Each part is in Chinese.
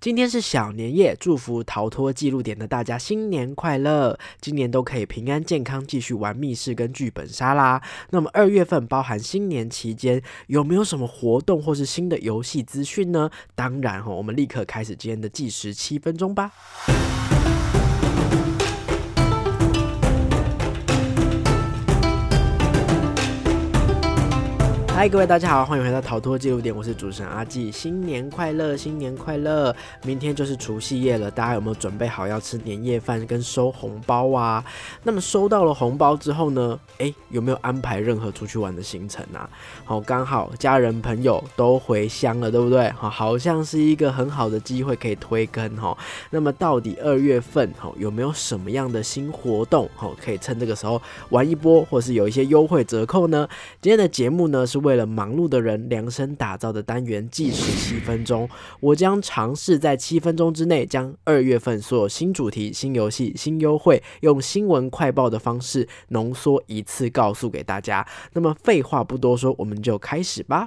今天是小年夜，祝福逃脱记录点的大家新年快乐！今年都可以平安健康，继续玩密室跟剧本杀啦。那么2月份包含新年期间，有没有什么活动或是新的游戏资讯呢？当然我们立刻开始今天的计时7分钟吧。嗨，各位大家好，欢迎回到逃脱记录点，我是主持人阿纪，新年快乐，新年快乐！明天就是除夕夜了，大家有没有准备好要吃年夜饭跟收红包啊？那么收到了红包之后呢，有没有安排任何出去玩的行程啊？刚好家人朋友都回乡了，对不对？好像是一个很好的机会可以推更。那么到底2月份有没有什么样的新活动可以趁这个时候玩一波，或是有一些优惠折扣呢？今天的节目呢是为了忙碌的人量身打造的单元，计时7分钟，我将尝试在7分钟之内将2月份所有新主题、新游戏、新优惠，用新闻快报的方式浓缩一次告诉给大家。那么废话不多说，我们就开始吧。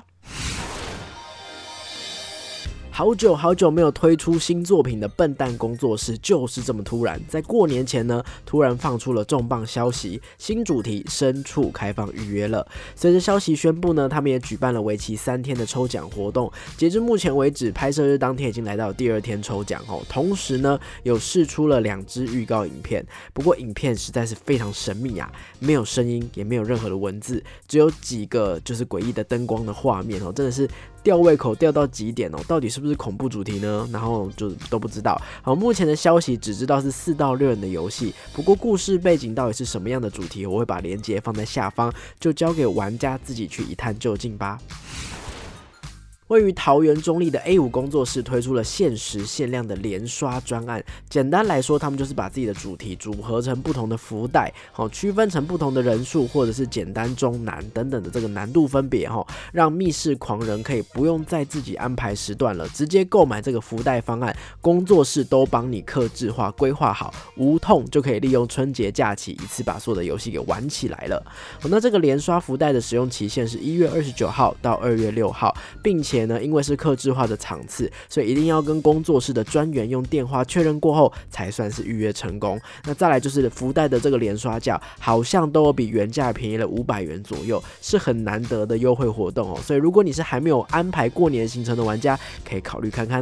好久没有推出新作品的笨蛋工作室就是这么突然，在过年前呢，突然放出了重磅消息，新主题深处开放预约了。随着消息宣布呢，他们也举办了为期3天的抽奖活动。截至目前为止，拍摄日当天已经来到第2天抽奖同时呢，有释出了2支预告影片。不过影片实在是非常神秘啊，没有声音，也没有任何的文字，只有几个就是诡异的灯光的画面真的是吊胃口吊到极点到底是不是恐怖主题呢？然后就都不知道。目前的消息只知道是4到6人的游戏，不过故事背景到底是什么样的主题，我会把连结放在下方，就交给玩家自己去一探究竟吧。位于桃园中立的 A5 工作室推出了限时限量的连刷专案。简单来说，他们就是把自己的主题组合成不同的福袋，区分成不同的人数或者是简单、中、难等等的这个难度分别，让密室狂人可以不用再自己安排时段了，直接购买这个福袋方案，工作室都帮你客制化规划好，无痛就可以利用春节假期一次把所有的游戏给玩起来了。那这个连刷福袋的使用期限是1月29号到2月6号，并且因为是客制化的场次，所以一定要跟工作室的专员用电话确认过后才算是预约成功。那再来就是福袋的这个连刷价好像都有比原价便宜了500元左右，是很难得的优惠活动所以如果你是还没有安排过年行程的玩家，可以考虑看看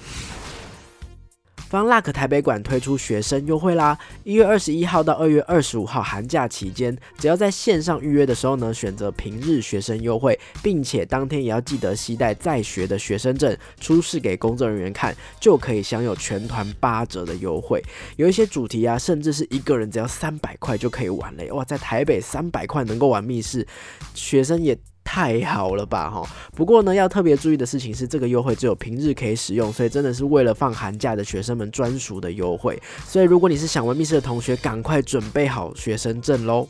FunLuck 台北馆推出学生优惠啦！1月21号到2月25号寒假期间，只要在线上预约的时候呢，选择平日学生优惠，并且当天也要记得携带在学的学生证出示给工作人员看，就可以享有全团8折的优惠。有一些主题啊，甚至是一个人只要300块就可以玩了哇！在台北300块能够玩密室，学生也太好了吧不过呢，要特别注意的事情是，这个优惠只有平日可以使用，所以真的是为了放寒假的学生们专属的优惠。所以如果你是想玩密室的同学，赶快准备好学生证咯。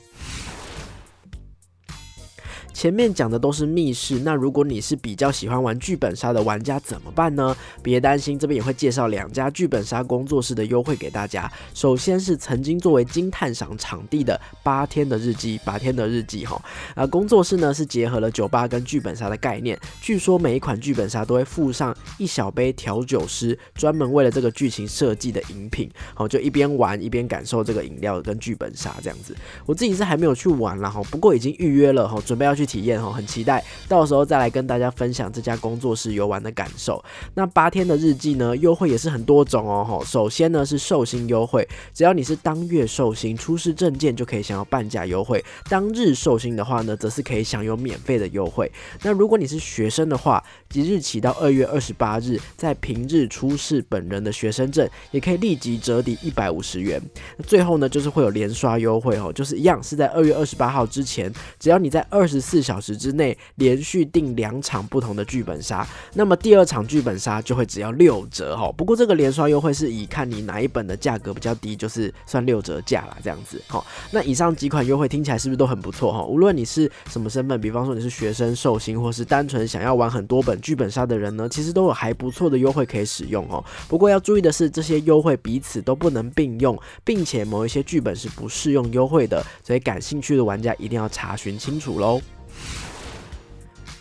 前面讲的都是密室，那如果你是比较喜欢玩剧本杀的玩家怎么办呢？别担心，这边也会介绍2家剧本杀工作室的优惠给大家。首先是曾经作为金探赏场地的8天的日记工作室呢是结合了酒吧跟剧本杀的概念，据说每一款剧本杀都会附上1小杯调酒师专门为了这个剧情设计的饮品，就一边玩一边感受这个饮料跟剧本杀这样子。我自己是还没有去玩啦，不过已经预约了，准备要去体验，很期待到时候再来跟大家分享这家工作室游玩的感受。那8天的日记呢，优惠也是很多种首先呢是寿星优惠，只要你是当月寿星出示证件就可以享有半价优惠，当日寿星的话呢则是可以享有免费的优惠。那如果你是学生的话，即日起到2月28日在平日出示本人的学生证也可以立即折抵150元。最后呢就是会有连刷优惠就是一样是在2月28号之前，只要你在24小时之内连续订2场不同的剧本杀，那么第2场剧本杀就会只要6折不过这个连刷优惠是以看你哪一本的价格比较低，就是算6折价啦这样子那以上几款优惠听起来是不是都很不错无论你是什么身份，比方说你是学生、寿星，或是单纯想要玩很多本剧本杀的人呢，其实都有还不错的优惠可以使用不过要注意的是，这些优惠彼此都不能并用，并且某一些剧本是不适用优惠的，所以感兴趣的玩家一定要查询清楚咯。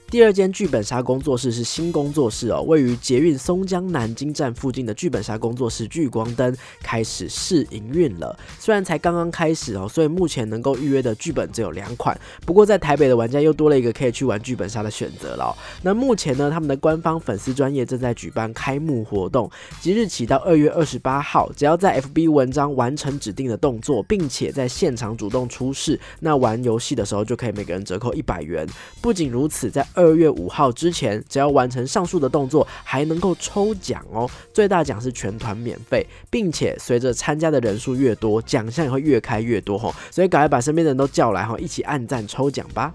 第二间剧本杀工作室是新工作室哦，位于捷运松江南京站附近的剧本杀工作室聚光灯开始试营运了。虽然才刚刚开始哦，所以目前能够预约的剧本只有2款，不过在台北的玩家又多了一个可以去玩剧本杀的选择了哦。那目前呢，他们的官方粉丝专页正在举办开幕活动，即日起到2月28号，只要在 FB 文章完成指定的动作，并且在现场主动出示，那玩游戏的时候就可以每个人折扣100元。不仅如此，在2月5号之前，只要完成上述的动作，还能够抽奖哦。最大奖是全团免费，并且随着参加的人数越多，奖项也会越开越多哦。所以赶快把身边的人都叫来一起按赞抽奖吧。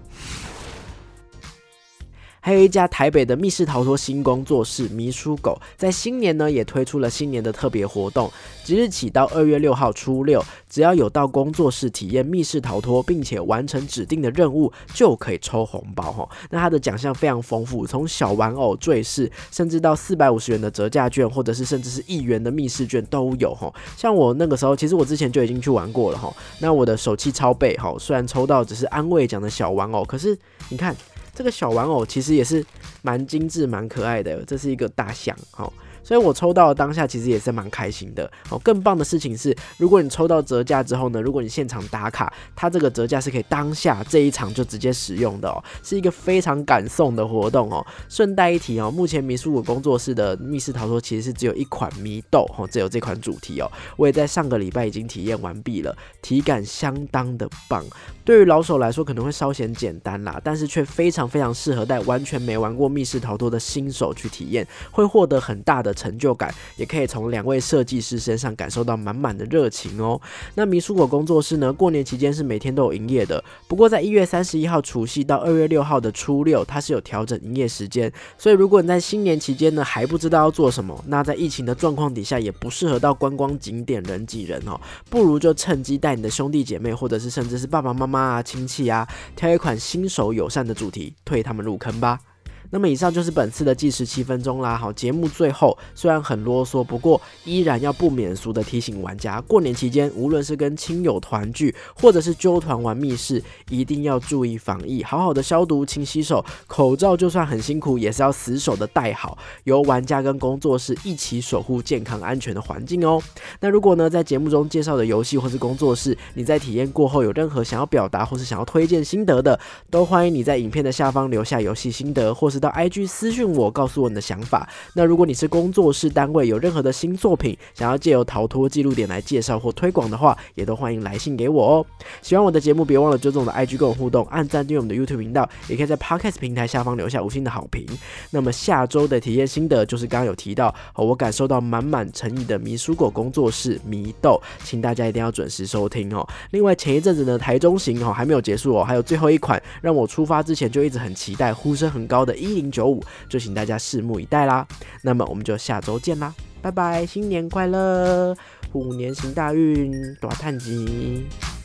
还有一家台北的密室逃脱新工作室迷书狗，在新年呢也推出了新年的特别活动，即日起到2月6号初六，只要有到工作室体验密室逃脱，并且完成指定的任务，就可以抽红包哦。那它的奖项非常丰富，从小玩偶、坠饰，甚至到450元的折价券，或者是甚至是1元的密室券都有哦。像我那个时候，其实我之前就已经去玩过了哦。那我的手气超背哦，虽然抽到只是安慰奖的小玩偶，可是你看。这个小玩偶其实也是蛮精致、蛮可爱的，这是一个大象，所以我抽到的当下其实也是蛮开心的。更棒的事情是，如果你抽到折价之后呢，如果你现场打卡，它这个折价是可以当下这一场就直接使用的哦，是一个非常敢送的活动哦。顺带一提哦，目前迷书狗工作室的密室逃脱其实是只有1款迷豆哦，只有这款主题哦。我也在上个礼拜已经体验完毕了，体感相当的棒。对于老手来说可能会稍显简单啦，但是却非常非常适合带完全没玩过密室逃脱的新手去体验，会获得很大的成就感，也可以从2位设计师身上感受到满满的热情哦。那迷书狗工作室呢，过年期间是每天都有营业的，不过在1月31号除夕到2月6号的初六，它是有调整营业时间，所以如果你在新年期间呢还不知道要做什么，那在疫情的状况底下也不适合到观光景点人挤人哦，不如就趁机带你的兄弟姐妹，或者是甚至是爸爸妈妈啊、亲戚啊，挑一款新手友善的主题，推他们入坑吧。那么以上就是本次的计时7分钟啦。好，节目最后虽然很啰嗦，不过依然要不免俗的提醒玩家，过年期间无论是跟亲友团聚，或者是揪团玩密室，一定要注意防疫，好好的消毒、勤洗手，口罩就算很辛苦，也是要死守的戴好，由玩家跟工作室一起守护健康安全的环境哦。那如果呢，在节目中介绍的游戏或是工作室，你在体验过后有任何想要表达或是想要推荐心得的，都欢迎你在影片的下方留下游戏心得，或是到 IG 私讯我，告诉我你的想法。那如果你是工作室单位，有任何的新作品想要借由逃脱记录点来介绍或推广的话，也都欢迎来信给我哦。喜欢我的节目，别忘了追踪我的 IG 跟我互动，按赞订阅我们的 YouTube 频道，也可以在 Podcast 平台下方留下5星的好评。那么下周的体验心得就是刚刚有提到，我感受到满满诚意的迷书狗工作室迷豆，请大家一定要准时收听哦。另外前一阵子呢，台中行还没有结束哦，还有最后一款让我出发之前就一直很期待、呼声很高的1095，就请大家拭目以待啦。那么我们就下周见啦，拜拜，新年快乐，虎年行大运，大探吉。